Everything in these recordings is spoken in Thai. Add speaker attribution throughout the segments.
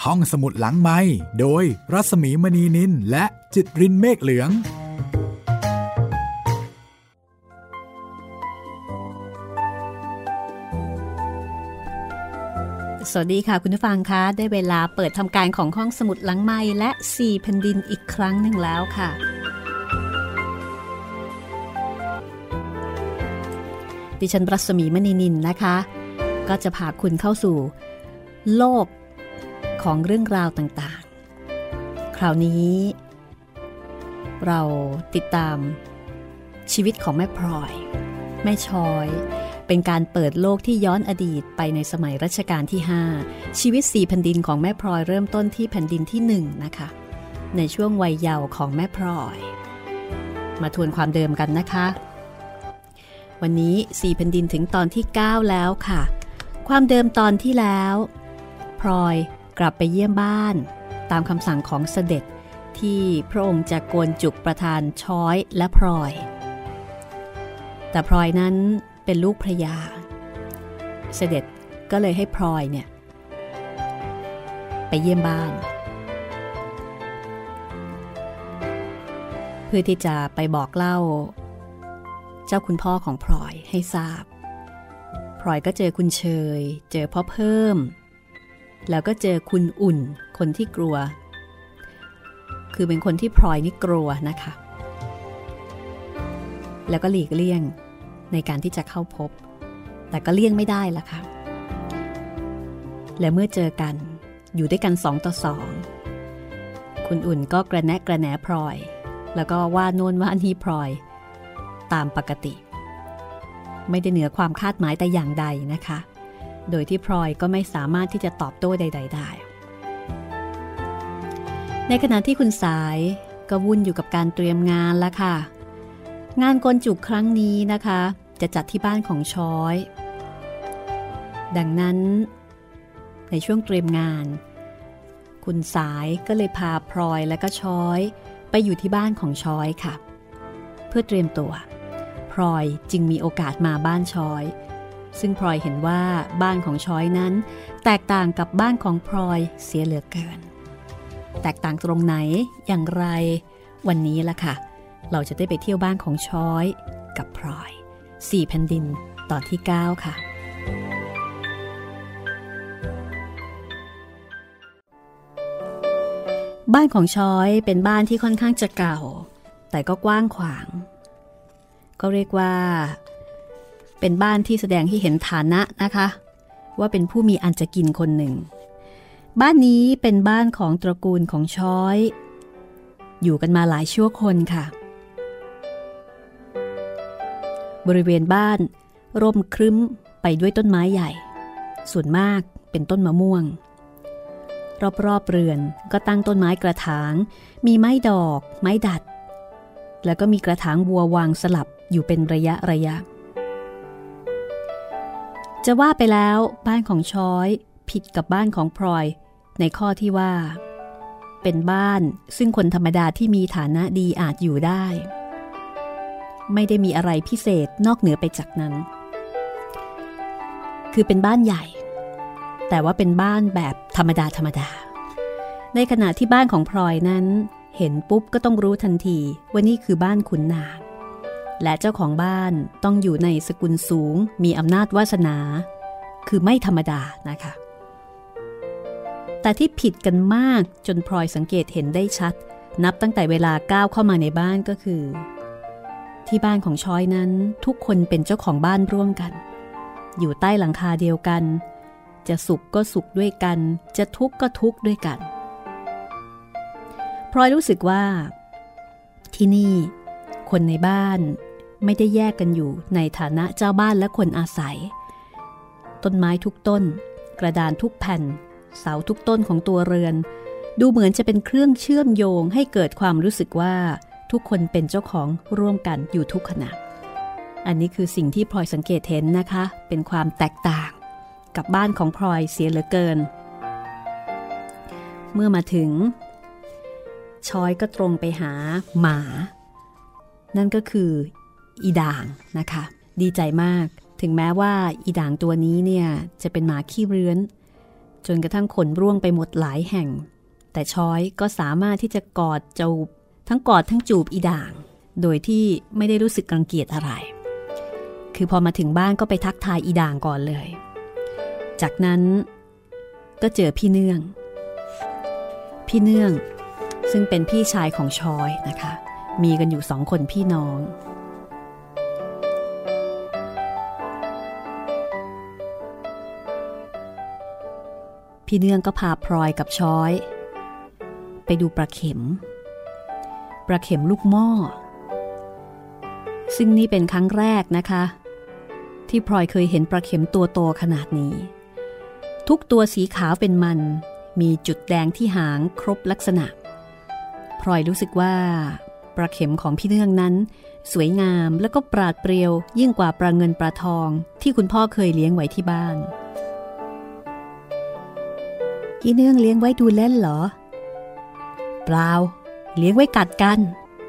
Speaker 1: ห้องสมุดหลังไมค์โดยรัศมีมณีนินและจิตรินเมฆเหลือง
Speaker 2: สวัสดีค่ะคุณผู้ฟังคะได้เวลาเปิดทำการของห้องสมุดหลังไมค์และ4แผ่นดินอีกครั้งหนึ่งแล้วค่ะดิฉันรัศมีมณีนินนะคะก็จะพาคุณเข้าสู่โลกของเรื่องราวต่างๆคราวนี้เราติดตามชีวิตของแม่พลอยแม่ช้อยเป็นการเปิดโลกที่ย้อนอดีตไปในสมัยรัชกาลที่5ชีวิต4แผ่นดินของแม่พลอยเริ่มต้นที่แผ่นดินที่1นะคะในช่วงวัยเยาว์ของแม่พลอยมาทวนความเดิมกันนะคะวันนี้4แผ่นดินถึงตอนที่9แล้วค่ะความเดิมตอนที่แล้วพลอยกลับไปเยี่ยมบ้านตามคำสั่งของเสด็จที่พระองค์จะโกนจุกประทานช้อยและพลอยแต่พลอยนั้นเป็นลูกพระยาเสด็จก็เลยให้พลอยเนี่ยไปเยี่ยมบ้านเพื่อที่จะไปบอกเล่าเจ้าคุณพ่อของพลอยให้ทราบพลอยก็เจอคุณเชยเจอพ่อเพิ่มแล้วก็เจอคุณอุ่นคนที่กลัวคือเป็นคนที่พลอยนี่กลัวนะคะแล้วก็หลีกเลี่ยงในการที่จะเข้าพบแต่ก็เลี่ยงไม่ได้ละค่ะและเมื่อเจอกันอยู่ด้วยกัน2 ต่อ 2คุณอุ่นก็กระแนะกระแหนพลอยแล้วก็ว่าโน่นว่านี่พลอยตามปกติไม่ได้เหนือความคาดหมายแต่อย่างใดนะคะโดยที่พลอยก็ไม่สามารถที่จะตอบโต้ใดๆได้ในขณะที่คุณสายก็วุ่นอยู่กับการเตรียมงานละค่ะงานโกนจุกครั้งนี้นะคะจะจัดที่บ้านของช้อยดังนั้นในช่วงเตรียมงานคุณสายก็เลยพาพลอยและก็ช้อยไปอยู่ที่บ้านของช้อยค่ะเพื่อเตรียมตัวพลอยจึงมีโอกาสมาบ้านช้อยซึ่งพลอยเห็นว่าบ้านของช้อยนั้นแตกต่างกับบ้านของพลอยเสียเหลือเกินแตกต่างตรงไหนอย่างไรวันนี้ล่ะค่ะเราจะได้ไปเที่ยวบ้านของช้อยกับพลอย4แผ่นดินตอนที่9ค่ะบ้านของช้อยเป็นบ้านที่ค่อนข้างจะเก่าแต่ก็กว้างขวางก็เรียกว่าเป็นบ้านที่แสดงให้เห็นฐานะนะคะว่าเป็นผู้มีอันจะกินคนหนึ่งบ้านนี้เป็นบ้านของตระกูลของช้อยอยู่กันมาหลายชั่วคนค่ะบริเวณบ้านร่มครึ้มไปด้วยต้นไม้ใหญ่ส่วนมากเป็นต้นมะม่วงรอบๆเรือนก็ตั้งต้นไม้กระถางมีไม้ดอกไม้ดัดแล้วก็มีกระถางบัววางสลับอยู่เป็นระยะจะว่าไปแล้วบ้านของช้อยผิดกับบ้านของพลอยในข้อที่ว่าเป็นบ้านซึ่งคนธรรมดาที่มีฐานะดีอาจอยู่ได้ไม่ได้มีอะไรพิเศษนอกเหนือไปจากนั้นคือเป็นบ้านใหญ่แต่ว่าเป็นบ้านแบบธรรมดาในขณะที่บ้านของพลอยนั้นเห็นปุ๊บก็ต้องรู้ทันทีว่านี่คือบ้านขุนนางและเจ้าของบ้านต้องอยู่ในสกุลสูงมีอำนาจวาสนาคือไม่ธรรมดานะคะแต่ที่ผิดกันมากจนพลอยสังเกตเห็นได้ชัดนับตั้งแต่เวลาก้าวเข้ามาในบ้านก็คือที่บ้านของช้อยนั้นทุกคนเป็นเจ้าของบ้านร่วมกันอยู่ใต้หลังคาเดียวกันจะสุขก็สุขด้วยกันจะทุกข์ก็ทุกข์ด้วยกันพลอยรู้สึกว่าที่นี่คนในบ้านไม่ได้แยกกันอยู่ในฐานะเจ้าบ้านและคนอาศัยต้นไม้ทุกต้นกระดานทุกแผ่นเสาทุกต้นของตัวเรือนดูเหมือนจะเป็นเครื่องเชื่อมโยงให้เกิดความรู้สึกว่าทุกคนเป็นเจ้าของร่วมกันอยู่ทุกขณะอันนี้คือสิ่งที่พลอยสังเกตเห็นนะคะเป็นความแตกต่างกับบ้านของพลอยเสียเหลือเกินเมื่อมาถึงช้อยก็ตรงไปหาหมานั่นก็คืออีด่างนะคะดีใจมากถึงแม้ว่าอีด่างตัวนี้เนี่ยจะเป็นหมาขี้เรื้อนจนกระทั่งขนร่วงไปหมดหลายแห่งแต่ช้อยก็สามารถที่จะกอดจูบทั้งกอดทั้งจูบอีด่างโดยที่ไม่ได้รู้สึกรังเกียจอะไรคือพอมาถึงบ้านก็ไปทักทายอีด่างก่อนเลยจากนั้นก็เจอพี่เนื่องซึ่งเป็นพี่ชายของช้อยนะคะมีกันอยู่2 คนพี่น้องพี่เนื่องก็พาพลอยกับช้อยไปดูปลาเข็มลูกหม้อซึ่งนี่เป็นครั้งแรกนะคะที่พลอยเคยเห็นปลาเข็มตัวโตขนาดนี้ทุกตัวสีขาวเป็นมันมีจุดแดงที่หางครบลักษณะพลอยรู้สึกว่าปลาเข็มของพี่เนื่องนั้นสวยงามและก็ปราดเปรียวยิ่งกว่าปลาเงินปลาทองที่คุณพ่อเคยเลี้ยงไว้ที่บ้านพี่เนื่องเลี้ยงไว้ดูเล่นเหรอเปล่าเลี้ยงไว้กัดกัน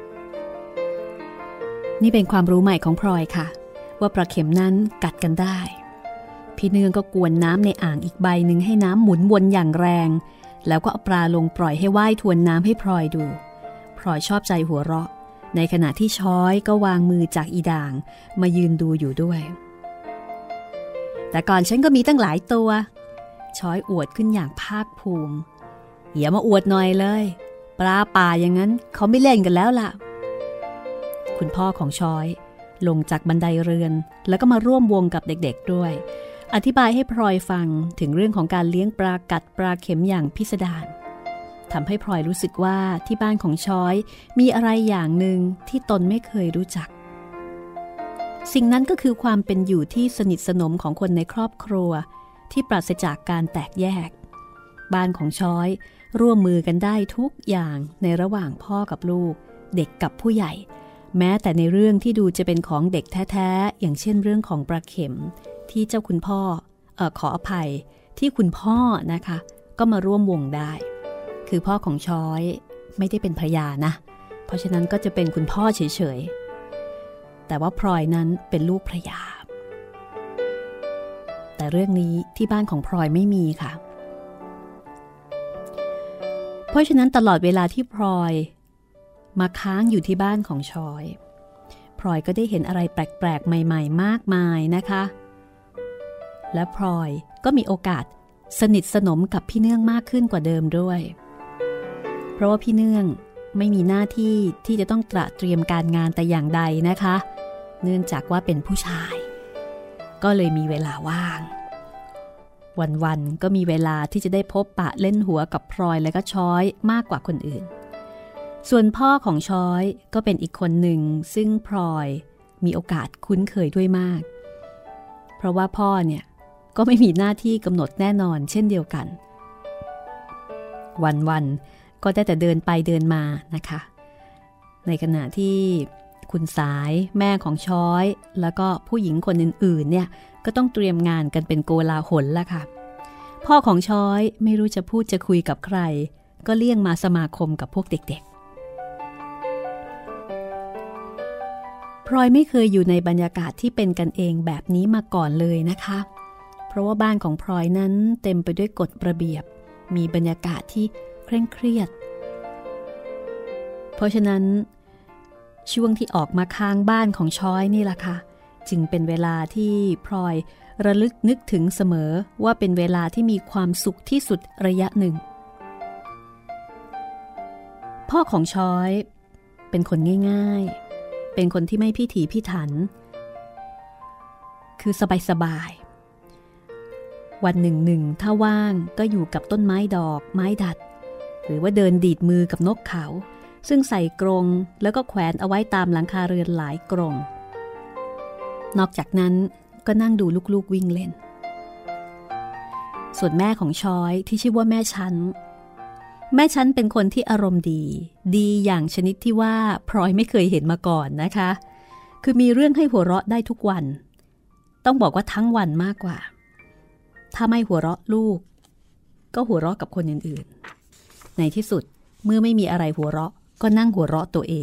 Speaker 2: นี่เป็นความรู้ใหม่ของพลอยค่ะว่าปลาเข็มนั้นกัดกันได้พี่เนื่องก็กวนน้ำในอ่างอีกใบหนึ่งให้น้ำหมุนวนอย่างแรงแล้วก็เอาปลาลงปล่อยให้ว่ายทวนน้ำให้พลอยดูพลอยชอบใจหัวเราะในขณะที่ช้อยก็วางมือจากอีด่างมายืนดูอยู่ด้วยแต่ก่อนฉันก็มีตั้งหลายตัวช้อยอวดขึ้นอย่างภาคภูมิอย่ามาอวดหน่อยเลยปลาป่าอย่างนั้นเขาไม่เล่นกันแล้วล่ะคุณพ่อของช้อยลงจากบันไดเรือนแล้วก็มาร่วมวงกับเด็กๆด้วยอธิบายให้พลอยฟังถึงเรื่องของการเลี้ยงปลากัดปลาเข็มอย่างพิสดารทำให้พลอยรู้สึกว่าที่บ้านของช้อยมีอะไรอย่างหนึ่งที่ตนไม่เคยรู้จักสิ่งนั้นก็คือความเป็นอยู่ที่สนิทสนมของคนในครอบครัวที่ปราศจากการแตกแยกบ้านของช้อยร่วมมือกันได้ทุกอย่างในระหว่างพ่อกับลูกเด็กกับผู้ใหญ่แม้แต่ในเรื่องที่ดูจะเป็นของเด็กแท้ๆอย่างเช่นเรื่องของปลาเข็มที่เจ้าคุณพ่อขออภัยที่คุณพ่อนะคะก็มาร่วมวงได้คือพ่อของช้อยไม่ได้เป็นภรรยานะเพราะฉะนั้นก็จะเป็นคุณพ่อเฉยๆแต่ว่าพลอยนั้นเป็นลูกภรรยาแต่เรื่องนี้ที่บ้านของพลอยไม่มีค่ะเพราะฉะนั้นตลอดเวลาที่พลอยมาค้างอยู่ที่บ้านของช้อยพลอยก็ได้เห็นอะไรแปลกๆใหม่ๆมากมายนะคะและพลอยก็มีโอกาสสนิทสนมกับพี่เนื่องมากขึ้นกว่าเดิมด้วยเพราะว่าพี่เนื่องไม่มีหน้าที่ที่จะต้องตระเตรียมการงานแต่อย่างใดนะคะเนื่องจากว่าเป็นผู้ชายก็เลยมีเวลาว่างวันๆก็มีเวลาที่จะได้พบปะเล่นหัวกับพลอยและก็ช้อยมากกว่าคนอื่นส่วนพ่อของช้อยก็เป็นอีกคนหนึ่งซึ่งพลอยมีโอกาสคุ้นเคยด้วยมากเพราะว่าพ่อเนี่ยก็ไม่มีหน้าที่กำหนดแน่นอนเช่นเดียวกันวันๆก็ได้แต่เดินไปเดินมานะคะในขณะที่คุณสายแม่ของช้อยแล้วก็ผู้หญิงคนอื่นๆเนี่ยก็ต้องเตรียมงานกันเป็นโกลาหลละค่ะพ่อของช้อยไม่รู้จะพูดจะคุยกับใครก็เลี่ยงมาสมาคมกับพวกเด็กๆพลอยไม่เคยอยู่ในบรรยากาศที่เป็นกันเองแบบนี้มาก่อนเลยนะคะเพราะว่าบ้านของพลอยนั้นเต็มไปด้วยกฎระเบียบมีบรรยากาศที่เคร่งเครียดเพราะฉะนั้นช่วงที่ออกมาค้างบ้านของช้อยนี่ล่ะค่ะจึงเป็นเวลาที่พลอยระลึกนึกถึงเสมอว่าเป็นเวลาที่มีความสุขที่สุดระยะหนึ่งพ่อของช้อยเป็นคนง่ายๆเป็นคนที่ไม่พิถีพิถันคือสบายๆวันหนึ่งถ้าว่างก็อยู่กับต้นไม้ดอกไม้ดัดหรือว่าเดินดีดมือกับนกเขาซึ่งใส่กรงแล้วก็แขวนเอาไว้ตามหลังคาเรือนหลายกรงนอกจากนั้นก็นั่งดูลูกๆวิ่งเล่นส่วนแม่ของช้อยที่ชื่อว่าแม่ชั้นเป็นคนที่อารมณ์ดีอย่างชนิดที่ว่าพลอยไม่เคยเห็นมาก่อนนะคะคือมีเรื่องให้หัวเราะได้ทุกวันต้องบอกว่าทั้งวันมากกว่าถ้าไม่หัวเราะลูกก็หัวเราะกับคนอื่นๆในที่สุดเมื่อไม่มีอะไรหัวเราะก็นั่งหัวเราะตัวเอง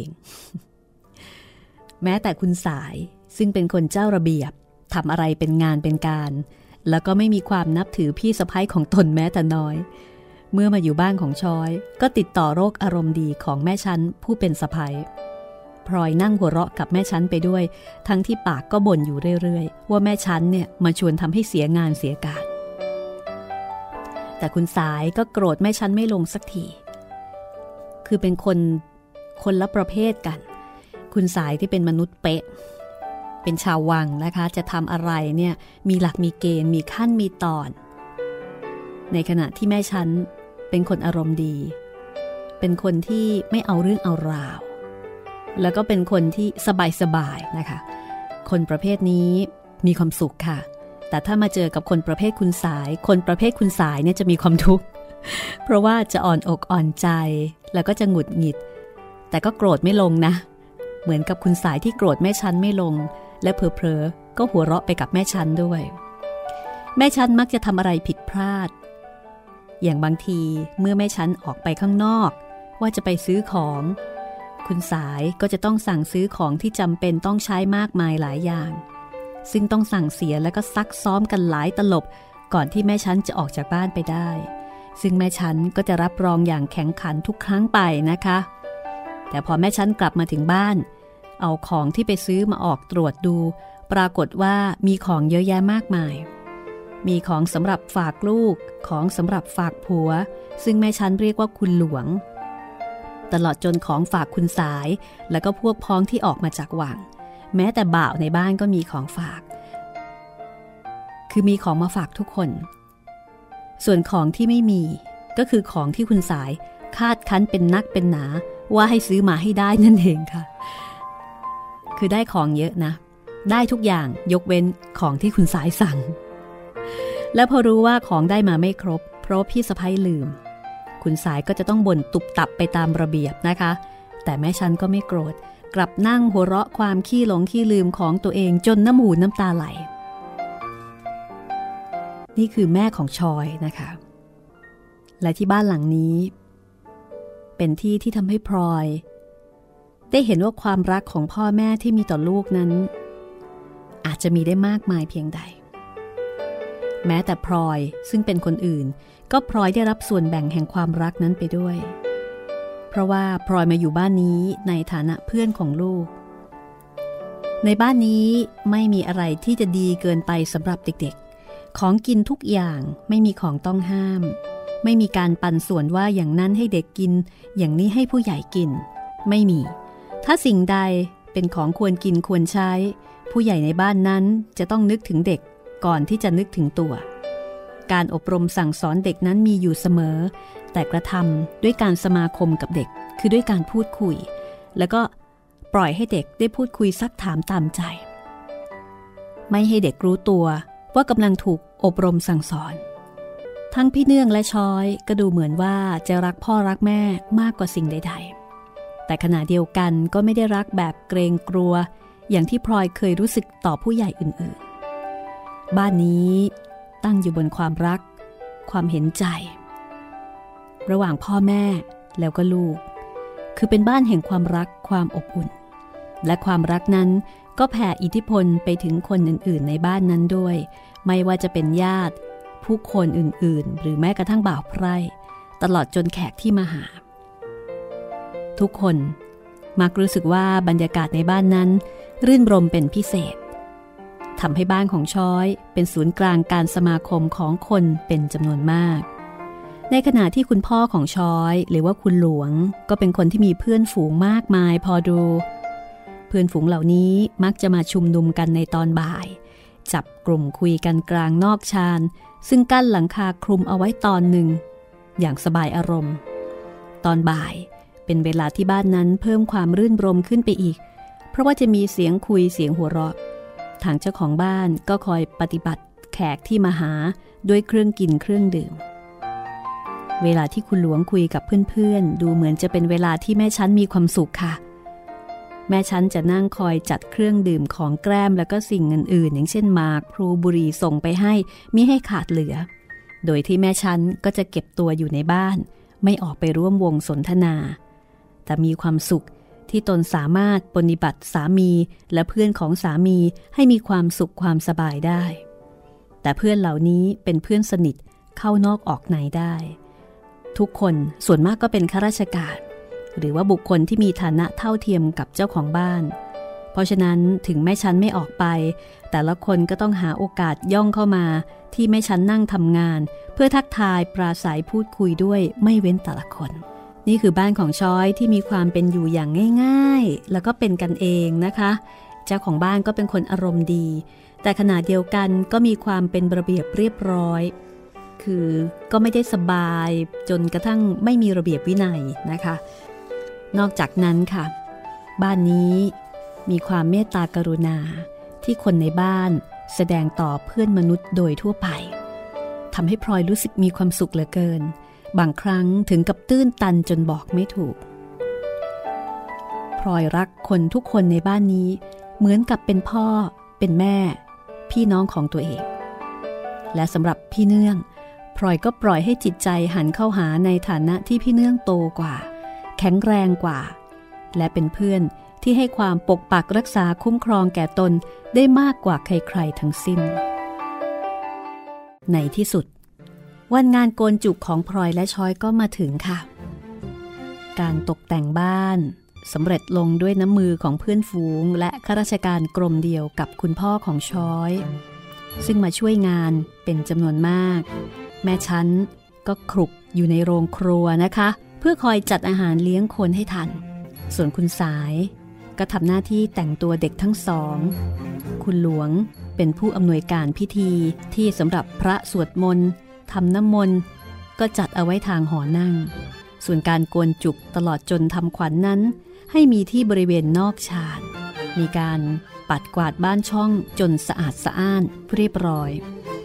Speaker 2: แม้แต่คุณสายซึ่งเป็นคนเจ้าระเบียบทำอะไรเป็นงานเป็นการแล้วก็ไม่มีความนับถือพี่สะใภ้ของตนแม้แต่น้อยเมื่อมาอยู่บ้านของช้อยก็ติดต่อโรคอารมณ์ดีของแม่ชั้นผู้เป็นสะใภ้พลอยนั่งหัวเราะกับแม่ชั้นไปด้วยทั้งที่ปากก็บ่นอยู่เรื่อยๆว่าแม่ชั้นเนี่ยมาชวนทำให้เสียงานเสียการแต่คุณสายก็โกรธแม่ชั้นไม่ลงสักทีคือเป็นคนละประเภทกันคุณสายที่เป็นมนุษย์เป๊ะเป็นชาววังนะคะจะทำอะไรเนี่ยมีหลักมีเกณฑ์มีขั้นมีตอนในขณะที่แม่ชั้นเป็นคนอารมณ์ดีเป็นคนที่ไม่เอาเรื่องเอาราวแล้วก็เป็นคนที่สบายๆนะคะคนประเภทนี้มีความสุขค่ะแต่ถ้ามาเจอกับคนประเภทคุณสายคนประเภทคุณสายเนี่ยจะมีความทุกข์เพราะว่าจะอ่อนอกอ่อนใจแล้วก็จะหงุดหงิดแต่ก็โกรธไม่ลงนะเหมือนกับคุณสายที่โกรธแม่ชั้นไม่ลงและเผลอๆก็หัวเราะไปกับแม่ชั้นด้วยแม่ชั้นมักจะทำอะไรผิดพลาดอย่างบางทีเมื่อแม่ชั้นออกไปข้างนอกว่าจะไปซื้อของคุณสายก็จะต้องสั่งซื้อของที่จำเป็นต้องใช้มากมายหลายอย่างซึ่งต้องสั่งเสียแล้วก็ซักซ้อมกันหลายตลบก่อนที่แม่ชั้นจะออกจากบ้านไปได้ซึ่งแม่ชั้นก็จะรับรองอย่างแข็งขันทุกครั้งไปนะคะแต่พอแม่ชั้นกลับมาถึงบ้านเอาของที่ไปซื้อมาออกตรวจดูปรากฏว่ามีของเยอะแยะมากมายมีของสำหรับฝากลูกของสำหรับฝากผัวซึ่งแม่ชั้นเรียกว่าคุณหลวงตลอดจนของฝากคุณสายแล้วก็พวกพ้องที่ออกมาจากวังแม้แต่บ่าวในบ้านก็มีของฝากคือมีของมาฝากทุกคนส่วนของที่ไม่มีก็คือของที่คุณสายคาดคั้นเป็นนักเป็นหนาว่าให้ซื้อมาให้ได้นั่นเองค่ะคือได้ของเยอะนะได้ทุกอย่างยกเว้นของที่คุณสายสั่งและพอรู้ว่าของได้มาไม่ครบเพราะพี่สะใภ้ลืมคุณสายก็จะต้องบ่นตุบตับไปตามระเบียบนะคะแต่แม่ชั้นก็ไม่โกรธกลับนั่งหัวเราะความขี้หลงขี้ลืมของตัวเองจนน้ำหูน้ำตาไหลนี่คือแม่ของชอยนะคะและที่บ้านหลังนี้เป็นที่ที่ทำให้พลอยได้เห็นว่าความรักของพ่อแม่ที่มีต่อลูกนั้นอาจจะมีได้มากมายเพียงใดแม้แต่พลอยซึ่งเป็นคนอื่นก็พลอยได้รับส่วนแบ่งแห่งความรักนั้นไปด้วยเพราะว่าพลอยมาอยู่บ้านนี้ในฐานะเพื่อนของลูกในบ้านนี้ไม่มีอะไรที่จะดีเกินไปสำหรับเด็กๆของกินทุกอย่างไม่มีของต้องห้ามไม่มีการปันส่วนว่าอย่างนั้นให้เด็กกินอย่างนี้ให้ผู้ใหญ่กินไม่มีถ้าสิ่งใดเป็นของควรกินควรใช้ผู้ใหญ่ในบ้านนั้นจะต้องนึกถึงเด็กก่อนที่จะนึกถึงตัวการอบรมสั่งสอนเด็กนั้นมีอยู่เสมอแต่กระทำด้วยการสมาคมกับเด็กคือด้วยการพูดคุยแล้วก็ปล่อยให้เด็กได้พูดคุยซักถามตามใจไม่ให้เด็กรู้ตัวว่ากำลังถูกอบรมสั่งสอนทั้งพี่เนื่องและช้อยก็ดูเหมือนว่าจะรักพ่อรักแม่มากกว่าสิ่งใดๆแต่ขณะเดียวกันก็ไม่ได้รักแบบเกรงกลัวอย่างที่พลอยเคยรู้สึกต่อผู้ใหญ่อื่นๆบ้านนี้ตั้งอยู่บนความรักความเห็นใจระหว่างพ่อแม่แล้วก็ลูกคือเป็นบ้านแห่งความรักความอบอุ่นและความรักนั้นก็แผ่อิทธิพลไปถึงคนอื่นๆในบ้านนั้นด้วยไม่ว่าจะเป็นญาติผู้คนอื่นๆหรือแม้กระทั่งบ่าวไพร่ตลอดจนแขกที่มาหาทุกคนมักรู้สึกว่าบรรยากาศในบ้านนั้นรื่นรมเป็นพิเศษทำให้บ้านของช้อยเป็นศูนย์กลางการสมาคมของคนเป็นจำนวนมากในขณะที่คุณพ่อของช้อยหรือว่าคุณหลวงก็เป็นคนที่มีเพื่อนฝูงมากมายพอดูเพื่อนฝูงเหล่านี้มักจะมาชุมนุมกันในตอนบ่ายจับกลุ่มคุยกันกลางนอกชานซึ่งกั้นหลังคาคลุมเอาไว้ตอนหนึ่งอย่างสบายอารมณ์ตอนบ่ายเป็นเวลาที่บ้านนั้นเพิ่มความรื่นรมขึ้นไปอีกเพราะว่าจะมีเสียงคุยเสียงหัวเราะทางเจ้าของบ้านก็คอยปฏิบัติแขกที่มาหาด้วยเครื่องกินเครื่องดื่มเวลาที่คุณหลวงคุยกับเพื่อนๆดูเหมือนจะเป็นเวลาที่แม่ชั้นมีความสุขค่ะแม่ชั้นจะนั่งคอยจัดเครื่องดื่มของแกล้มแล้วก็สิ่งอื่นๆอย่างเช่นหมากพลูบุหรี่ส่งไปให้มิให้ขาดเหลือโดยที่แม่ชั้นก็จะเก็บตัวอยู่ในบ้านไม่ออกไปร่วมวงสนทนาแต่มีความสุขที่ตนสามารถปฏิบัติสามีและเพื่อนของสามีให้มีความสุขความสบายได้แต่เพื่อนเหล่านี้เป็นเพื่อนสนิทเข้านอกออกในได้ทุกคนส่วนมากก็เป็นข้าราชการหรือว่าบุคคลที่มีฐานะเท่าเทียมกับเจ้าของบ้านเพราะฉะนั้นถึงแม่ชั้นไม่ออกไปแต่ละคนก็ต้องหาโอกาสย่องเข้ามาที่แม่ชั้นนั่งทำงานเพื่อทักทายปราศัยพูดคุยด้วยไม่เว้นแต่ละคนนี่คือบ้านของช้อยที่มีความเป็นอยู่อย่างง่ายๆแล้วก็เป็นกันเองนะคะเจ้าของบ้านก็เป็นคนอารมณ์ดีแต่ขณะเดียวกันก็มีความเป็นระเบียบเรียบร้อยคือก็ไม่ได้สบายจนกระทั่งไม่มีระเบียบวินัยนะคะนอกจากนั้นค่ะบ้านนี้มีความเมตตากรุณาที่คนในบ้านแสดงต่อเพื่อนมนุษย์โดยทั่วไปทำให้พลอยรู้สึกมีความสุขเหลือเกินบางครั้งถึงกับตื้นตันจนบอกไม่ถูกพลอยรักคนทุกคนในบ้านนี้เหมือนกับเป็นพ่อเป็นแม่พี่น้องของตัวเองและสำหรับพี่เนื่องพลอยก็ปล่อยให้จิตใจหันเข้าหาในฐานะที่พี่เนื่องโตกว่าแข็งแรงกว่าและเป็นเพื่อนที่ให้ความปกปักรักษาคุ้มครองแก่ตนได้มากกว่าใครๆทั้งสิ้นในที่สุดวันงานโกนจุกของพลอยและช้อยก็มาถึงค่ะการตกแต่งบ้านสำเร็จลงด้วยน้ำมือของเพื่อนฝูงและข้าราชการกรมเดียวกับคุณพ่อของช้อยซึ่งมาช่วยงานเป็นจำนวนมากแม่ชั้นก็คลุกอยู่ในโรงครัวนะคะเพื่อคอยจัดอาหารเลี้ยงคนให้ทันส่วนคุณสายก็ทำหน้าที่แต่งตัวเด็กทั้งสองคุณหลวงเป็นผู้อำนวยการพิธีที่สำหรับพระสวดมนต์ทำน้ำมนต์ก็จัดเอาไว้ทางหอนั่งส่วนการโกนจุกตลอดจนทำขวัญ นั้นให้มีที่บริเวณนอกชานมีการปัดกวาดบ้านช่องจนสะอาดสะอ้านเรียบร้อย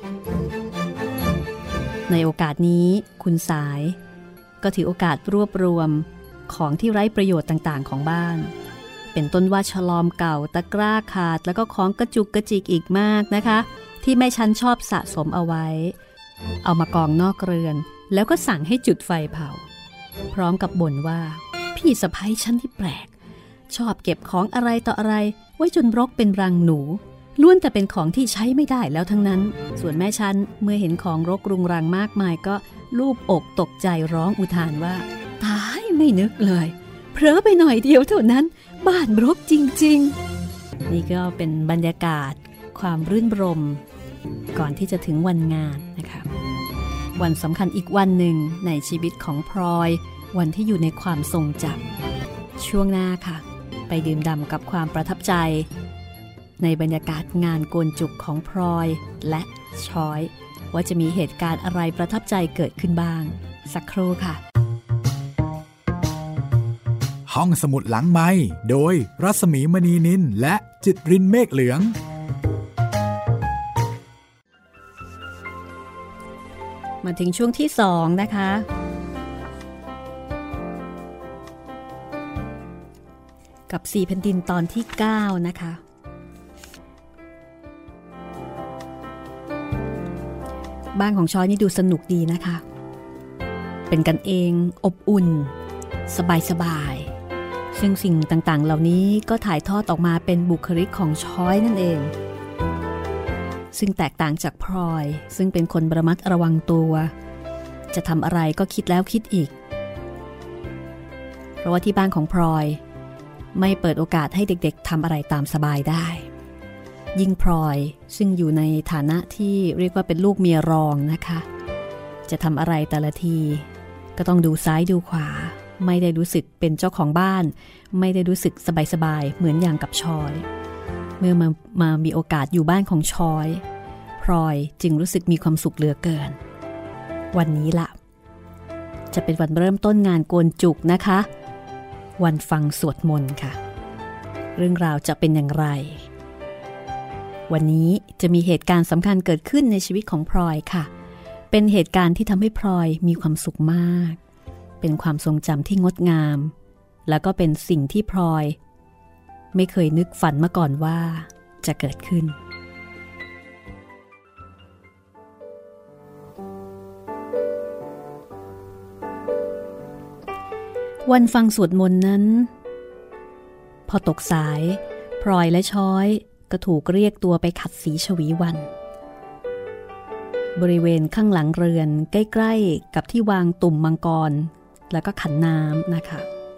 Speaker 2: ในโอกาสนี้คุณสายก็ถือโอกาสรวบรวมของที่ไร้ประโยชน์ต่างๆของบ้านเป็นต้นว่าฉลอมเก่าตะกร้าขาดแล้วก็ของกระจุกกระจิกอีกมากนะคะที่แม่ชั้นชอบสะสมเอาไว้เอามากองนอกเรือนแล้วก็สั่งให้จุดไฟเผาพร้อมกับบ่นว่าพี่สะใภ้ชั้นที่แปลกชอบเก็บของอะไรต่ออะไรไว้จนรกเป็นรังหนูล้วนแต่เป็นของที่ใช้ไม่ได้แล้วทั้งนั้นส่วนแม่ชั้นเมื่อเห็นของรกรุงรังมากมายก็ลูบอกตกใจร้องอุทานว่าตายไม่นึกเลยเผลอไปหน่อยเดียวเท่านั้นบ้านรกจริงๆนี่ก็เป็นบรรยากาศความรื่นรมก่อนที่จะถึงวันงานนะคะวันสำคัญอีกวันหนึ่งในชีวิตของพลอยวันที่อยู่ในความทรงจำช่วงหน้าค่ะไปดื่มด่ำกับความประทับใจในบรรยากาศงานโกนจุกของพลอยและช้อยว่าจะมีเหตุการณ์อะไรประทับใจเกิดขึ้นบ้างสักครู่ค่ะ
Speaker 1: ห้องสมุดหลังไมค์โดยรัศมีมณีนินและจิตรินเมฆเหลือง
Speaker 2: มาถึงช่วงที่2นะคะกับ4แผ่นดินตอนที่9นะคะบ้านของช้อยนี่ดูสนุกดีนะคะเป็นกันเองอบอุ่นสบายๆซึ่งสิ่งต่างๆเหล่านี้ก็ถ่ายทอดออกมาเป็นบุคลิกของช้อยนั่นเองซึ่งแตกต่างจากพลอยซึ่งเป็นคนระมัดระวังตัวจะทำอะไรก็คิดแล้วคิดอีกเพราะว่าที่บ้านของพลอยไม่เปิดโอกาสให้เด็กๆทำอะไรตามสบายได้ยิ่งพลอยซึ่งอยู่ในฐานะที่เรียกว่าเป็นลูกเมียรองนะคะจะทำอะไรแต่ละทีก็ต้องดูซ้ายดูขวาไม่ได้รู้สึกเป็นเจ้าของบ้านไม่ได้รู้สึกสบายๆเหมือนอย่างกับชอยเมื่อมามีโอกาสอยู่บ้านของชอยพลอยจึงรู้สึกมีความสุขเหลือเกินวันนี้ล่ะจะเป็นวันเริ่มต้นงานโกนจุกนะคะวันฟังสวดมนต์ค่ะเรื่องราวจะเป็นอย่างไรวันนี้จะมีเหตุการณ์สำคัญเกิดขึ้นในชีวิตของพลอยค่ะเป็นเหตุการณ์ที่ทำให้พลอยมีความสุขมากเป็นความทรงจำที่งดงามแล้วก็เป็นสิ่งที่พลอยไม่เคยนึกฝันมาก่อนว่าจะเกิดขึ้นวันฟังสวดมนต์นั้นพอตกสายพลอยและช้อยก็ถูกเรียกตัวไปขัดสีชวีวันบริเวณข้างหลังเรือนใกล้ๆกับที่วางตุ่มมังกรแล้วก็ขันน้ำนะคะ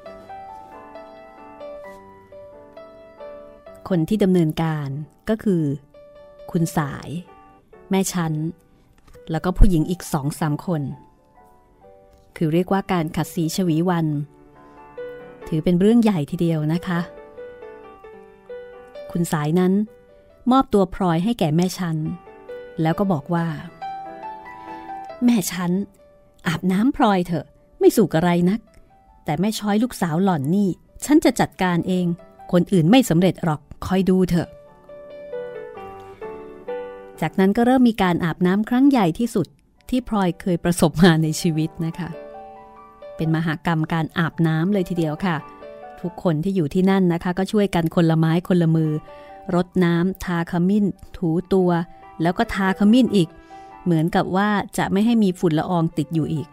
Speaker 2: คนที่ดำเนินการก็คือคุณสายแม่ชั้นแล้วก็ผู้หญิงอีก 2-3 คนคือเรียกว่าการขัดสีชวีวันถือเป็นเรื่องใหญ่ทีเดียวนะคะคุณสายนั้นมอบตัวพลอยให้แก่แม่ชั้นแล้วก็บอกว่าแม่ชั้นอาบน้ำพลอยเถอะไม่สุกอะไรนักแต่แม่ช้อยลูกสาวหล่อนนี่ฉันจะจัดการเองคนอื่นไม่สำเร็จหรอกคอยดูเถอะจากนั้นก็เริ่มมีการอาบน้ำครั้งใหญ่ที่สุดที่พลอยเคยประสบมาในชีวิตนะคะเป็นมหกรรมการอาบน้ำเลยทีเดียวค่ะทุกคนที่อยู่ที่นั่นนะคะก็ช่วยกันคนละไม้คนละมือรดน้ำทาขมิ้นถูตัวแล้วก็ทาขมิ้นอีกเหมือนกับว่าจะไม่ให้มีฝุ่นละอองติดอยู่อีก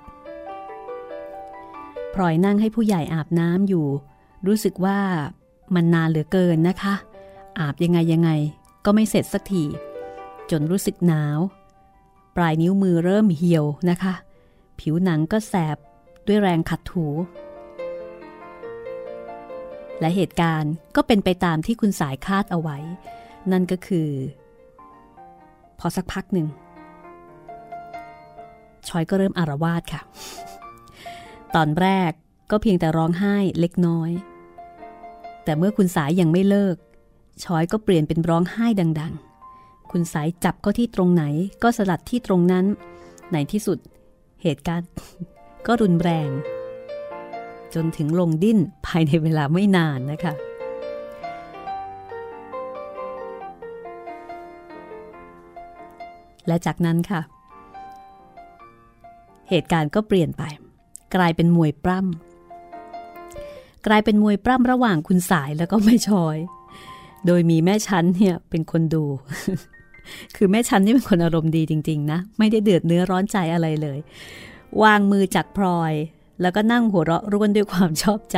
Speaker 2: พลอยนั่งให้ผู้ใหญ่อาบน้ำอยู่รู้สึกว่ามันนานเหลือเกินนะคะอาบยังไงก็ไม่เสร็จสักทีจนรู้สึกหนาวปลายนิ้วมือเริ่มเหี่ยวนะคะผิวหนังก็แสบด้วยแรงขัดถูและเหตุการณ์ก็เป็นไปตามที่คุณสายคาดเอาไว้นั่นก็คือพอสักพักหนึ่งชอยก็เริ่มอาละวาดค่ะตอนแรกก็เพียงแต่ร้องไห้เล็กน้อยแต่เมื่อคุณสายยังไม่เลิกชอยก็เปลี่ยนเป็นร้องไห้ดังๆคุณสายจับก็ที่ตรงไหนก็สลัดที่ตรงนั้นในที่สุดเหตุการณ์ก็รุนแรงจนถึงลงดิ้นภายในเวลาไม่นานนะคะและจากนั้นค่ะเหตุการณ์ก็เปลี่ยนไปกลายเป็นมวยปล้ำระหว่างคุณสายแล้วก็แม่ชอยโดยมีแม่ชั้นเนี่ยเป็นคนดู คือแม่ชั้นนี่เป็นคนอารมณ์ดีจริงๆนะไม่ได้เดือดเนื้อร้อนใจอะไรเลยวางมือจากพลอยแล้วก็นั่งหัวเราะร่วนด้วยความชอบใจ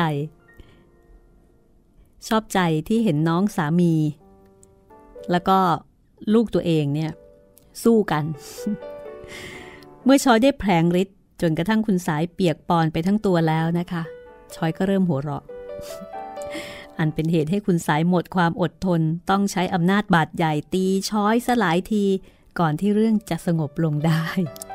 Speaker 2: ที่เห็นน้องสามีแล้วก็ลูกตัวเองเนี่ยสู้กัน เมื่อชอยได้แผลงฤทธิ์จนกระทั่งคุณสายเปียกปอนไปทั้งตัวแล้วนะคะชอยก็เริ่มหัวเราะ อันเป็นเหตุให้คุณสายหมดความอดทนต้องใช้อำนาจบาดใหญ่ตีช้อยสลายทีก่อนที่เรื่องจะสงบลงได้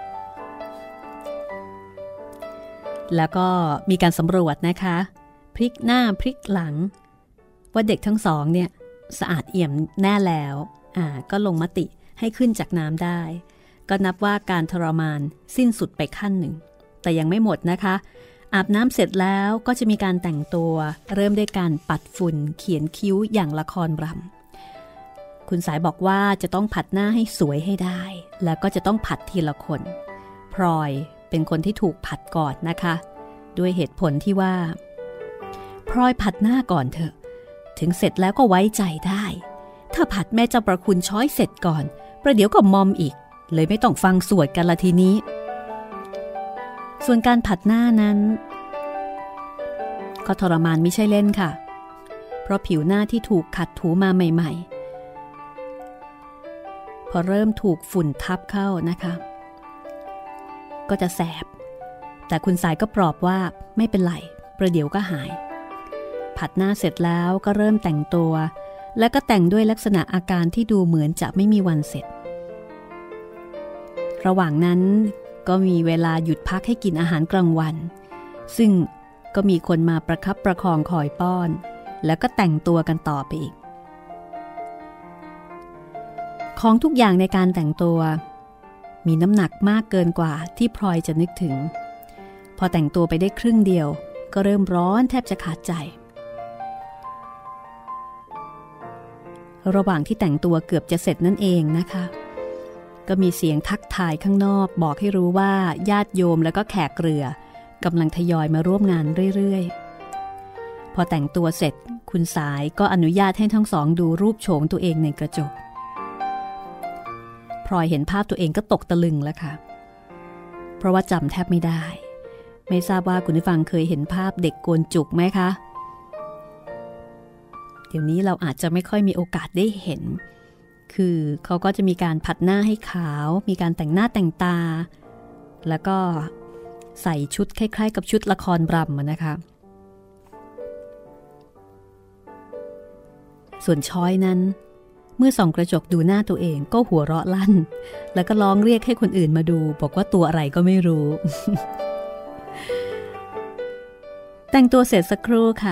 Speaker 2: แล้วก็มีการสำรวจนะคะพลิกหน้าพลิกหลังว่าเด็กทั้งสองเนี่ยสะอาดเอี่ยมแน่แล้วก็ลงมติให้ขึ้นจากน้ำได้ก็นับว่าการทรมานสิ้นสุดไปขั้นหนึ่งแต่ยังไม่หมดนะคะอาบน้ำเสร็จแล้วก็จะมีการแต่งตัวเริ่มด้วยการปัดฝุ่นเขียนคิ้วอย่างละครรำคุณสายบอกว่าจะต้องผัดหน้าให้สวยให้ได้แล้วก็จะต้องผัดทีละคนพลอยเป็นคนที่ถูกผัดก่อนนะคะด้วยเหตุผลที่ว่าพลอยผัดหน้าก่อนเถอะถึงเสร็จแล้วก็ไว้ใจได้ถ้าผัดแม่เจ้าประคุณช้อยเสร็จก่อนประเดี๋ยวก็มอมอีกเลยไม่ต้องฟังสวดกันละทีนี้ส่วนการผัดหน้านั้นก็ทรมานไม่ใช่เล่นค่ะเพราะผิวหน้าที่ถูกขัดถูมาใหม่ๆพอเริ่มถูกฝุ่นทับเข้านะคะก็จะแสบแต่คุณสายก็ปลอบว่าไม่เป็นไรประเดี๋ยวก็หายผัดหน้าเสร็จแล้วก็เริ่มแต่งตัวแล้วก็แต่งด้วยลักษณะอาการที่ดูเหมือนจะไม่มีวันเสร็จระหว่างนั้นก็มีเวลาหยุดพักให้กินอาหารกลางวันซึ่งก็มีคนมาประคับประคองคอยป้อนแล้วก็แต่งตัวกันต่อไปอีกของทุกอย่างในการแต่งตัวมีน้ำหนักมากเกินกว่าที่พลอยจะนึกถึงพอแต่งตัวไปได้ครึ่งเดียวก็เริ่มร้อนแทบจะขาดใจระหว่างที่แต่งตัวเกือบจะเสร็จนั่นเองนะคะก็มีเสียงทักทายข้างนอกบอกให้รู้ว่าญาติโยมแล้วก็แขกเรือกำลังทยอยมาร่วมงานเรื่อยๆพอแต่งตัวเสร็จคุณสายก็อนุญาตให้ทั้งสองดูรูปโฉมตัวเองในกระจกพลอยเห็นภาพตัวเองก็ตกตะลึงแล้วค่ะเพราะว่าจำแทบไม่ได้ไม่ทราบว่าคุณผู้ฟังเคยเห็นภาพเด็กโกนจุกไหมคะเดี๋ยวนี้เราอาจจะไม่ค่อยมีโอกาสได้เห็นคือเขาก็จะมีการผัดหน้าให้ขาวมีการแต่งหน้าแต่งตาแล้วก็ใส่ชุดคล้ายๆกับชุดละครรำนะคะส่วนช้อยนั้นเมื่อส่องกระจกดูหน้าตัวเองก็หัวเราะลั่นแล้วก็ร้องเรียกให้คนอื่นมาดูบอกว่าตัวอะไรก็ไม่รู้ แต่งตัวเสร็จสักครู่ค่ะ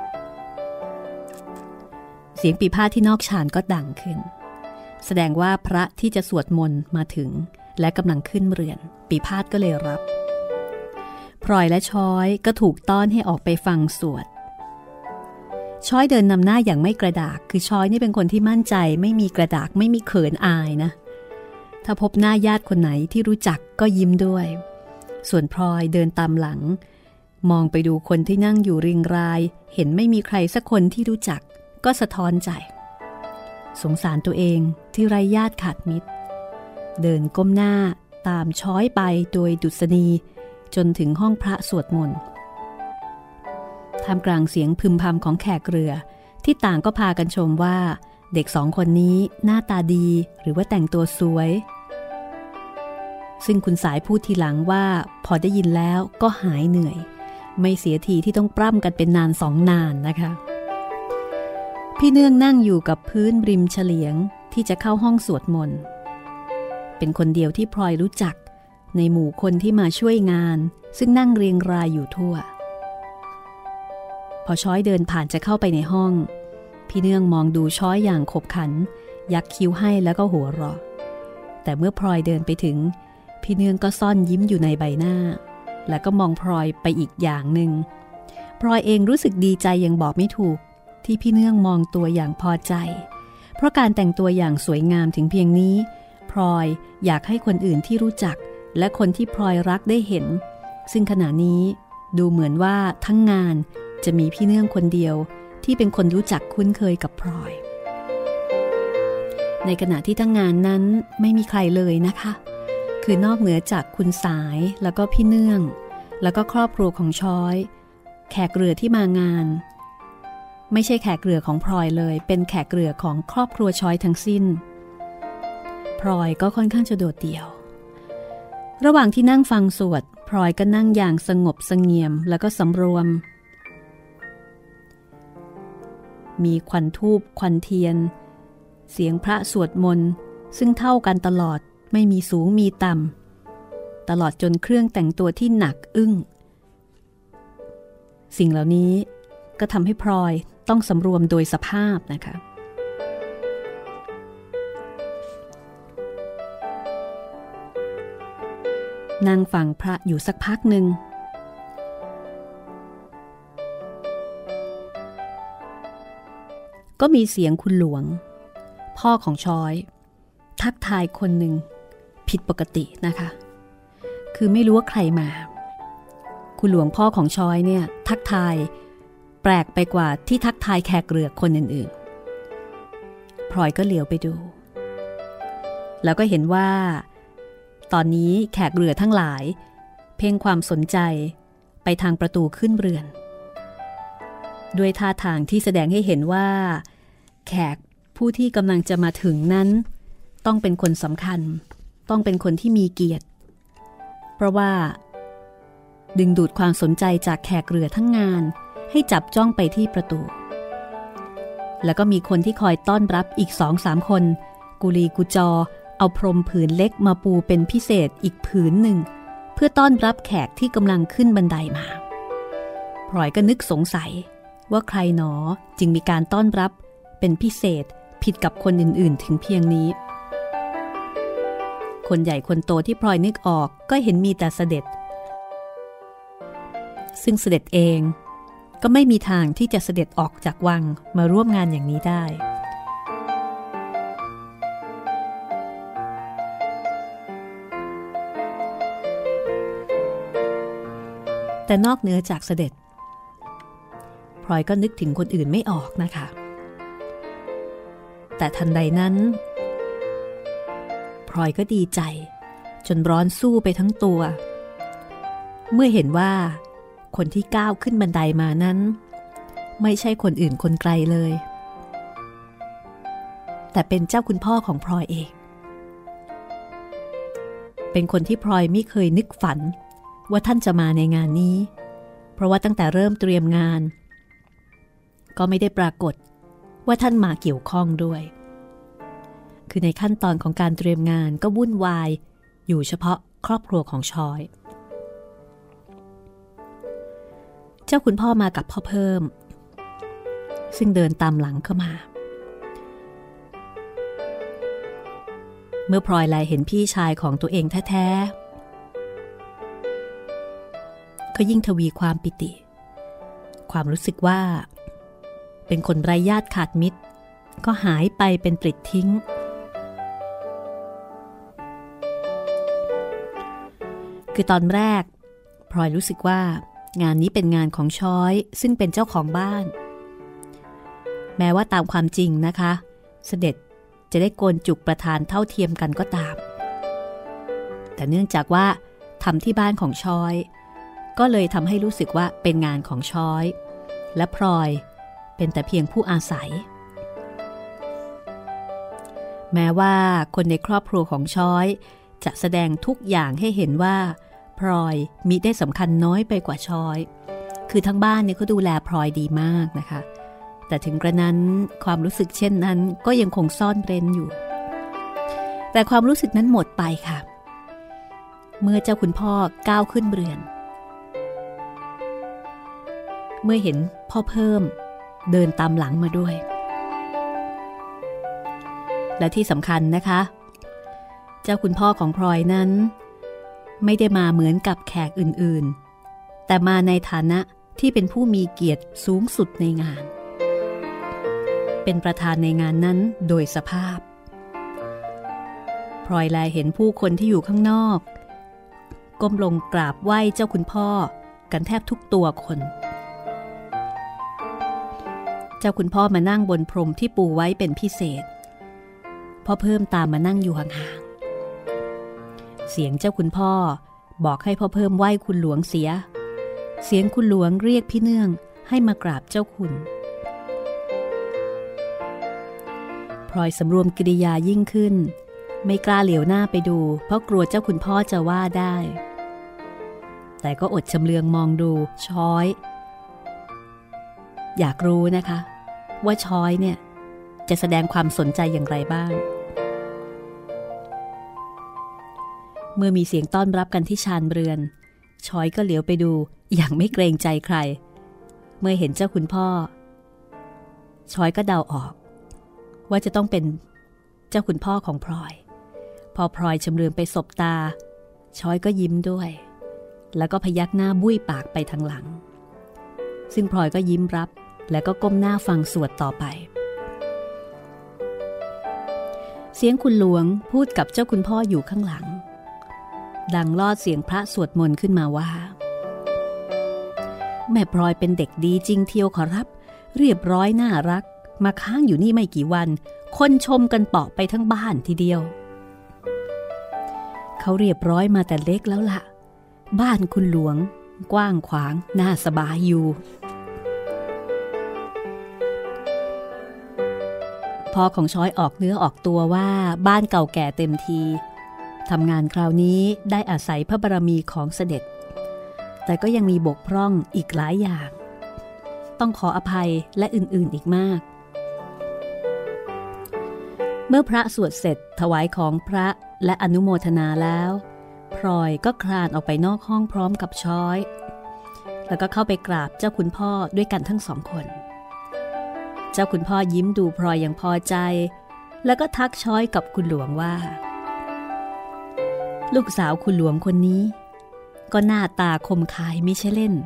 Speaker 2: เสียงปีพาทย์ที่นอกฌานก็ดังขึ้นแสดงว่าพระที่จะสวดมนต์มาถึงและกำลังขึ้นเรือนปีพาทย์ก็เลยรับพลอยและช้อยก็ถูกต้อนให้ออกไปฟังสวดช้อยเดินนำหน้าอย่างไม่กระดากคือช้อยนี่เป็นคนที่มั่นใจไม่มีกระดากไม่มีเขินอายนะถ้าพบหน้าญาติคนไหนที่รู้จักก็ยิ้มด้วยส่วนพลอยเดินตามหลังมองไปดูคนที่นั่งอยู่เรียงรายเห็นไม่มีใครสักคนที่รู้จักก็สะท้อนใจสงสารตัวเองที่ไร้ญาติขาดมิตรเดินก้มหน้าตามช้อยไปโดยดุษณีจนถึงห้องพระสวดมนต์ท่ามกลางเสียงพึมพำของแขกเรือที่ต่างก็พากันชมว่าเด็กสองคนนี้หน้าตาดีหรือว่าแต่งตัวสวยซึ่งคุณสายพูดทีหลังว่าพอได้ยินแล้วก็หายเหนื่อยไม่เสียทีที่ต้องปร่ำกันเป็นนานสองนานนะคะพี่เนื่องนั่งอยู่กับพื้นริมเฉลียงที่จะเข้าห้องสวดมนต์เป็นคนเดียวที่พลอยรู้จักในหมู่คนที่มาช่วยงานซึ่งนั่งเรียงรายอยู่ทั่วพอช้อยเดินผ่านจะเข้าไปในห้องพี่เนื่องมองดูช้อยอย่างขบขันยักคิ้วให้แล้วก็หัวเราะแต่เมื่อพลอยเดินไปถึงพี่เนื่องก็ซ่อนยิ้มอยู่ในใบหน้าแล้วก็มองพลอยไปอีกอย่างหนึ่งพลอยเองรู้สึกดีใจยังบอกไม่ถูกที่พี่เนื่องมองตัวอย่างพอใจเพราะการแต่งตัวอย่างสวยงามถึงเพียงนี้พลอยอยากให้คนอื่นที่รู้จักและคนที่พลอยรักได้เห็นซึ่งขณะนี้ดูเหมือนว่าทั้งงานจะมีพี่เนื่องคนเดียวที่เป็นคนรู้จักคุ้นเคยกับพลอยในขณะที่ทั้งงานนั้นไม่มีใครเลยนะคะคือนอกเหนือจากคุณสายแล้วก็พี่เนื่องแล้วก็ครอบครัวของช้อยแขกเรือที่มางานไม่ใช่แขกเรือของพลอยเลยเป็นแขกเรือของครอบครัวช้อยทั้งสิ้นพลอยก็ค่อนข้างจะโดดเดี่ยวระหว่างที่นั่งฟังสวดพลอยก็นั่งอย่างสงบเสงี่ยมแล้วก็สำรวมมีควันธูปควันเทียนเสียงพระสวดมนต์ซึ่งเท่ากันตลอดไม่มีสูงมีต่ำตลอดจนเครื่องแต่งตัวที่หนักอึ้งสิ่งเหล่านี้ก็ทำให้พลอยต้องสำรวมโดยสภาพนะคะนั่งฟังพระอยู่สักพักหนึ่งก็มีเสียงคุณหลวงพ่อของช้อยทักทายคนหนึ่งผิดปกตินะคะคือไม่รู้ว่าใครมาคุณหลวงพ่อของช้อยเนี่ยทักทายแปลกไปกว่าที่ทักทายแขกเรือคนอื่นๆพลอยก็เหลียวไปดูแล้วก็เห็นว่าตอนนี้แขกเรือทั้งหลายเพ่งความสนใจไปทางประตูขึ้นเรือนด้วยท่าทางที่แสดงให้เห็นว่าแขกผู้ที่กำลังจะมาถึงนั้นต้องเป็นคนสำคัญต้องเป็นคนที่มีเกียรติเพราะว่าดึงดูดความสนใจจากแขกเรือทั้งงานให้จับจ้องไปที่ประตูแล้วก็มีคนที่คอยต้อนรับอีก 2-3 คนกุลีกุจอเอาพรมผืนเล็กมาปูเป็นพิเศษอีกผืนหนึ่งเพื่อต้อนรับแขกที่กำลังขึ้นบันไดมาพลอยก็นึกสงสัยว่าใครหนอจึงมีการต้อนรับเป็นพิเศษผิดกับคนอื่นๆถึงเพียงนี้คนใหญ่คนโตที่พลอยนึกออกก็เห็นมีแต่เสด็จซึ่งเสด็จเองก็ไม่มีทางที่จะเสด็จออกจากวังมาร่วมงานอย่างนี้ได้แต่นอกเหนือจากเสด็จพลอยก็นึกถึงคนอื่นไม่ออกนะคะแต่ทันใดนั้นพลอยก็ดีใจจนร้อนสู้ไปทั้งตัวเมื่อเห็นว่าคนที่ก้าวขึ้นบันไดมานั้นไม่ใช่คนอื่นคนไกลเลยแต่เป็นเจ้าคุณพ่อของพลอยเองเป็นคนที่พลอยไม่เคยนึกฝันว่าท่านจะมาในงานนี้เพราะว่าตั้งแต่เริ่มเตรียมงานก็ไม่ได้ปรากฏว่าท่านมาเกี่ยวข้องด้วยคือในขั้นตอนของการเตรียมงานก็วุ่นวายอยู่เฉพาะครอบครัวของชอยเจ้าคุณพ่อมากับพ่อเพิ่มซึ่งเดินตามหลังเข้ามาเมื่อพลอยแลเห็นพี่ชายของตัวเองแท้ๆก็ยิ่งทวีความปิติความรู้สึกว่าเป็นคนไร้ญาติขาดมิตรก็หายไปเป็นปลิดทิ้งคือตอนแรกพลอยรู้สึกว่างานนี้เป็นงานของช้อยซึ่งเป็นเจ้าของบ้านแม้ว่าตามความจริงนะคะเสด็จจะได้โกนจุกประธานเท่าเทียมกันก็ตามแต่เนื่องจากว่าทำที่บ้านของช้อยก็เลยทำให้รู้สึกว่าเป็นงานของช้อยและพลอยเป็นแต่เพียงผู้อาศัยแม้ว่าคนในครอบครัวของช้อยจะแสดงทุกอย่างให้เห็นว่าพลอยมีได้สำคัญน้อยไปกว่าช้อยคือทั้งบ้านเนี่ยเขาดูแลพลอยดีมากนะคะแต่ถึงกระนั้นความรู้สึกเช่นนั้นก็ยังคงซ่อนเร้นอยู่แต่ความรู้สึกนั้นหมดไปค่ะเมื่อเจ้าคุณพ่อก้าวขึ้นเรือนเมื่อเห็นพ่อเพิ่มเดินตามหลังมาด้วยและที่สำคัญนะคะเจ้าคุณพ่อของพลอยนั้นไม่ได้มาเหมือนกับแขกอื่นๆแต่มาในฐานะที่เป็นผู้มีเกียรติสูงสุดในงานเป็นประธานในงานนั้นโดยสภาพพลอยแลเห็นผู้คนที่อยู่ข้างนอกก้มลงกราบไหว้เจ้าคุณพ่อกันแทบทุกตัวคนเจ้าคุณพ่อมานั่งบนพรมที่ปูไว้เป็นพิเศษพ่อเพิ่มตามมานั่งอยู่ห่างๆเสียงเจ้าคุณพ่อบอกให้พ่อเพิ่มไหว้คุณหลวงเสียเสียงคุณหลวงเรียกพี่เนื่องให้มากราบเจ้าคุณพลอยสำรวมกิริยายิ่งขึ้นไม่กล้าเหลียวหน้าไปดูเพราะกลัวเจ้าคุณพ่อจะว่าได้แต่ก็อดชำเลืองมองดูช้อยอยากรู้นะคะว่าช้อยเนี่ยจะแสดงความสนใจอย่างไรบ้างเมื่อมีเสียงต้อนรับกันที่ชานเรือนช้อยก็เหลียวไปดูอย่างไม่เกรงใจใครเมื่อเห็นเจ้าคุณพ่อช้อยก็เดาออกว่าจะต้องเป็นเจ้าคุณพ่อของพลอยพอพลอยชำเลืองไปสบตาช้อยก็ยิ้มด้วยแล้วก็พยักหน้าบุ้ยปากไปทางหลังซึ่งพลอยก็ยิ้มรับแล้วก็ก้มหน้าฟังสวดต่อไปเสียงคุณหลวงพูดกับเจ้าคุณพ่ออยู่ข้างหลังดังลอดเสียงพระสวดมนต์ขึ้นมาว่าแม่พลอยเป็นเด็กดีจริงเที่ยวขอรับเรียบร้อยน่ารักมาค้างอยู่นี่ไม่กี่วันคนชมกันเปาะไปทั้งบ้านทีเดียวเขาเรียบร้อยมาแต่เล็กแล้วล่ะบ้านคุณหลวงกว้างขวางน่าสบายอยู่พ่อของช้อยออกเนื้อออกตัวว่าบ้านเก่าแก่เต็มทีทำงานคราวนี้ได้อาศัยพระบารมีของเสด็จแต่ก็ยังมีบกพร่องอีกหลายอย่างต้องขออภัยและอื่นๆอีกมากเมื่อพระสวดเสร็จถวายของพระและอนุโมทนาแล้วพลอยก็คลานออกไปนอกห้องพร้อมกับช้อยแล้วก็เข้าไปกราบเจ้าคุณพ่อด้วยกันทั้งสองคนเจ้าคุณพ่อยิ้มดูพลอยอย่างพอใจแล้วก็ทักช้อยกับคุณหลวงว่าลูกสาวคุณหลวงคนนี้ก็หน้าตาคมคายไม่ใช่เล่น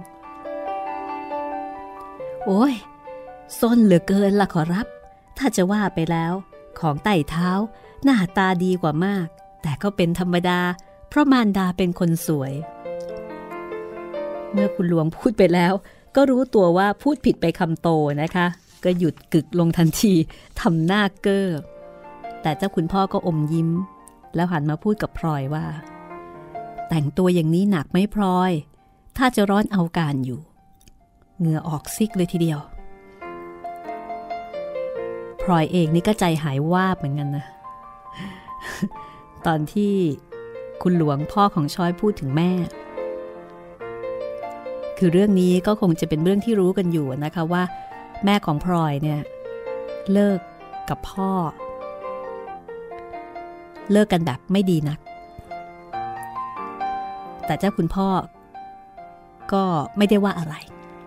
Speaker 2: โอ้ยส้นเหลือเกินล่ะขอรับถ้าจะว่าไปแล้วของไต่เท้าหน้าตาดีกว่ามากแต่ก็เป็นธรรมดาเพราะมารดาเป็นคนสวยเมื่อคุณหลวงพูดไปแล้วก็รู้ตัวว่าพูดผิดไปคำโตนะคะก็หยุดกึกลงทันทีทำหน้าเก้อแต่เจ้าคุณพ่อก็อมยิ้มแล้วหันมาพูดกับพลอยว่าแต่งตัวอย่างนี้หนักไหมพลอยถ้าจะร้อนเอาการอยู่เหงื่อออกซิกเลยทีเดียวพลลอยเองนี่ก็ใจหายวาบเหมือนกันนะ ตอนที่คุณหลวงพ่อของช้อยพูดถึงแม่คือเรื่องนี้ก็คงจะเป็นเรื่องที่รู้กันอยู่นะคะว่าแม่ของพลอยเนี่ยเลิกกับพ่อเลิกกันแบบไม่ดีนักแต่เจ้าคุณพ่อก็ไม่ได้ว่าอะไร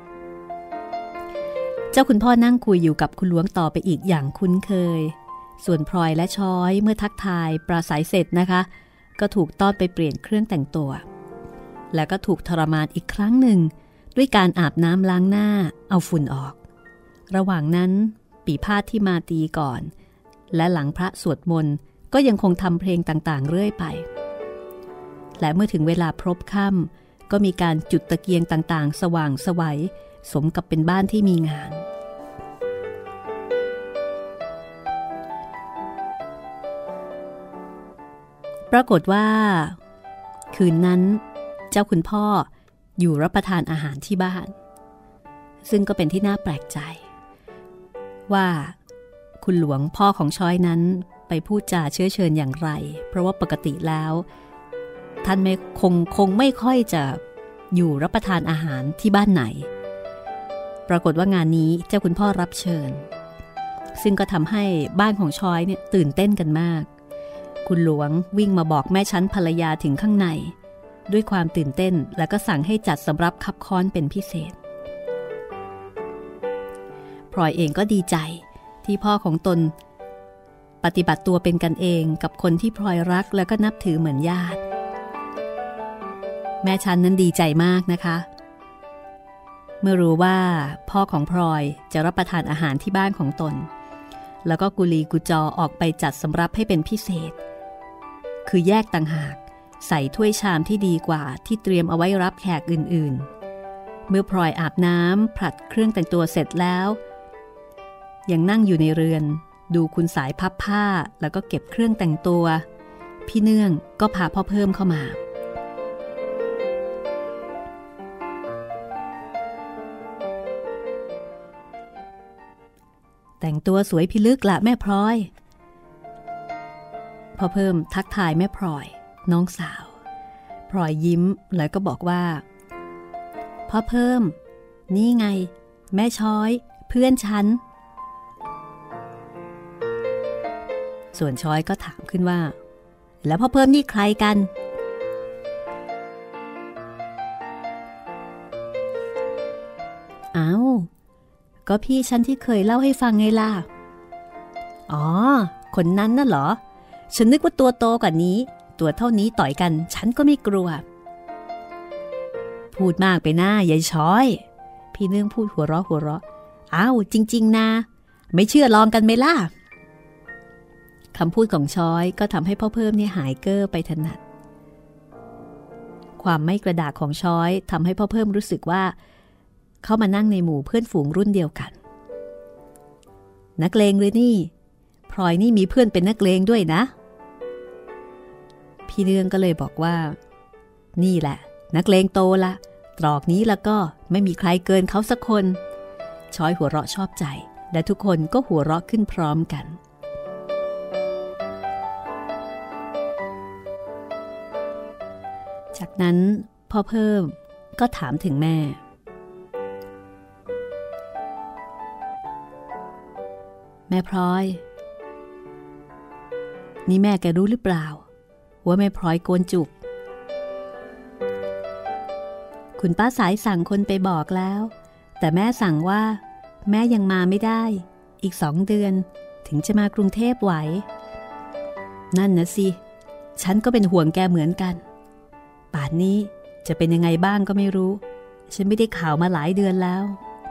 Speaker 2: เจ้าคุณพ่อนั่งคุยอยู่กับคุณหลวงต่อไปอีกอย่างคุ้นเคยส่วนพลอยและช้อยเมื่อทักทายปราศัยเสร็จนะคะก็ถูกต้อนไปเปลี่ยนเครื่องแต่งตัวแล้วก็ถูกทรมานอีกครั้งหนึ่งด้วยการอาบน้ำล้างหน้าเอาฝุ่นออกระหว่างนั้นปีพาทย์ที่มาตีก่อนและหลังพระสวดมนต์ก็ยังคงทำเพลงต่างๆเรื่อยไปและเมื่อถึงเวลาพรบค่ำก็มีการจุดตะเกียงต่างๆสว่างไสวสมกับเป็นบ้านที่มีงานปรากฏว่าคืนนั้นเจ้าคุณพ่ออยู่รับประทานอาหารที่บ้านซึ่งก็เป็นที่น่าแปลกใจว่าคุณหลวงพ่อของช้อยนั้นไปพูดจาเชื้อเชิญอย่างไรเพราะว่าปกติแล้วท่านคงไม่ค่อยจะอยู่รับประทานอาหารที่บ้านไหนปรากฏว่างานนี้เจ้าคุณพ่อรับเชิญซึ่งก็ทำให้บ้านของช้อยเนี่ยตื่นเต้นกันมากคุณหลวงวิ่งมาบอกแม่ชั้นภรรยาถึงข้างในด้วยความตื่นเต้นแล้วก็สั่งให้จัดสำรับคับค้อนเป็นพิเศษพลอยเองก็ดีใจที่พ่อของตนปฏิบัติตัวเป็นกันเองกับคนที่พลอยรักแล้วก็นับถือเหมือนญาติแม่ชั้นนั้นดีใจมากนะคะเมื่อรู้ว่าพ่อของพลอยจะรับประทานอาหารที่บ้านของตนแล้วก็กุลีกุจอออกไปจัดสำรับให้เป็นพิเศษคือแยกต่างหากใส่ถ้วยชามที่ดีกว่าที่เตรียมเอาไว้รับแขกอื่นๆเมื่อพลอยอาบน้ำผลัดเครื่องแต่งตัวเสร็จแล้วยังนั่งอยู่ในเรือนดูคุณสายพับผ้าแล้วก็เก็บเครื่องแต่งตัวพี่เนื่องก็พาพ่อเพิ่มเข้ามาแต่งตัวสวยพิลึกละแม่พลอยพ่อเพิ่มทักทายแม่พลอยน้องสาวพลอยยิ้มแล้วก็บอกว่าพ่อเพิ่มนี่ไงแม่ช้อยเพื่อนฉันส่วนช้อยก็ถามขึ้นว่าแล้วพ่อเพิ่มนี่ใครกันอ้าวก็พี่ฉันที่เคยเล่าให้ฟังไงล่ะอ๋อคนนั้นน่ะเหรอฉันนึกว่าตัวโตกว่านี้ตัวเท่านี้ต่อยกันฉันก็ไม่กลัวพูดมากไปหน้ายายช้อยพี่เนื่องพูดหัวเราะอ้าวจริงๆนะไม่เชื่อลองกันไหมล่ะคำพูดของช้อยก็ทำให้พ่อเพิ่มเนี่ยหายเก้อไปถนัดความไม่กระดากของช้อยทำให้พ่อเพิ่มรู้สึกว่าเขามานั่งในหมู่เพื่อนฝูงรุ่นเดียวกันนักเลงเลยนี่พลอยนี่มีเพื่อนเป็นนักเลงด้วยนะพี่เนื่องก็เลยบอกว่านี่แหละนักเลงโตละตรอกนี้แล้วก็ไม่มีใครเกินเขาสักคนช้อยหัวเราะชอบใจและทุกคนก็หัวเราะขึ้นพร้อมกันจากนั้นพ่อเพิ่มก็ถามถึงแม่พลอยนี่แม่แกรู้หรือเปล่าว่าแม่พลอยโกนจุกคุณป้าสายสั่งคนไปบอกแล้วแต่แม่สั่งว่าแม่ยังมาไม่ได้อีก2 เดือนถึงจะมากรุงเทพไหวนั่นนะสิฉันก็เป็นห่วงแกเหมือนกันป่านนี้จะเป็นยังไงบ้างก็ไม่รู้ฉันไม่ได้ข่าวมาหลายเดือนแล้ว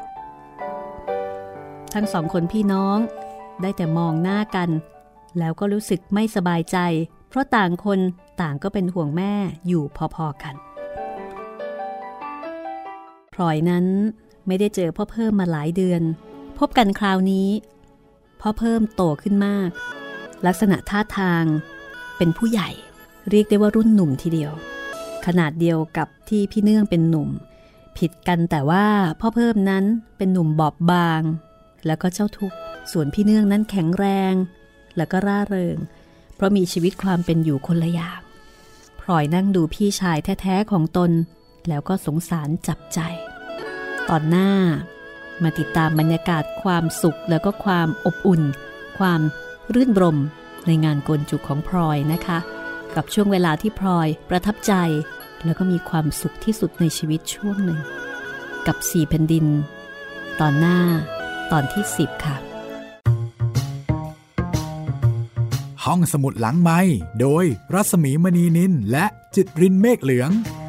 Speaker 2: ทั้ง2 คนพี่น้องได้แต่มองหน้ากันแล้วก็รู้สึกไม่สบายใจเพราะต่างคนต่างก็เป็นห่วงแม่อยู่พอๆกันพลอยนั้นไม่ได้เจอพ่อเพิ่มมาหลายเดือนพบกันคราวนี้พ่อเพิ่มโตขึ้นมากลักษณะท่าทางเป็นผู้ใหญ่เรียกได้ว่ารุ่นหนุ่มทีเดียวขนาดเดียวกับที่พี่เนื่องเป็นหนุ่มผิดกันแต่ว่าพ่อเพิ่มนั้นเป็นหนุ่มบอบบางแล้วก็เจ้าทุกข์ส่วนพี่เนื่องนั้นแข็งแรงและก็ร่าเริงเพราะมีชีวิตความเป็นอยู่คนละอย่างพลอยนั่งดูพี่ชายแท้ๆของตนแล้วก็สงสารจับใจตอนหน้ามาติดตามบรรยากาศความสุขแล้วก็ความอบอุ่นความรื่นรมในงานโกนจุกของพลอยนะคะกับช่วงเวลาที่พลอยประทับใจแล้วก็มีความสุขที่สุดในชีวิตช่วงหนึ่งกับ4แผ่นดินตอนหน้าตอนที่10ค่ะ
Speaker 1: ห้องสมุดหลังไมค์โดยรัศมีมณีนินและจิตรินเมฆเหลือง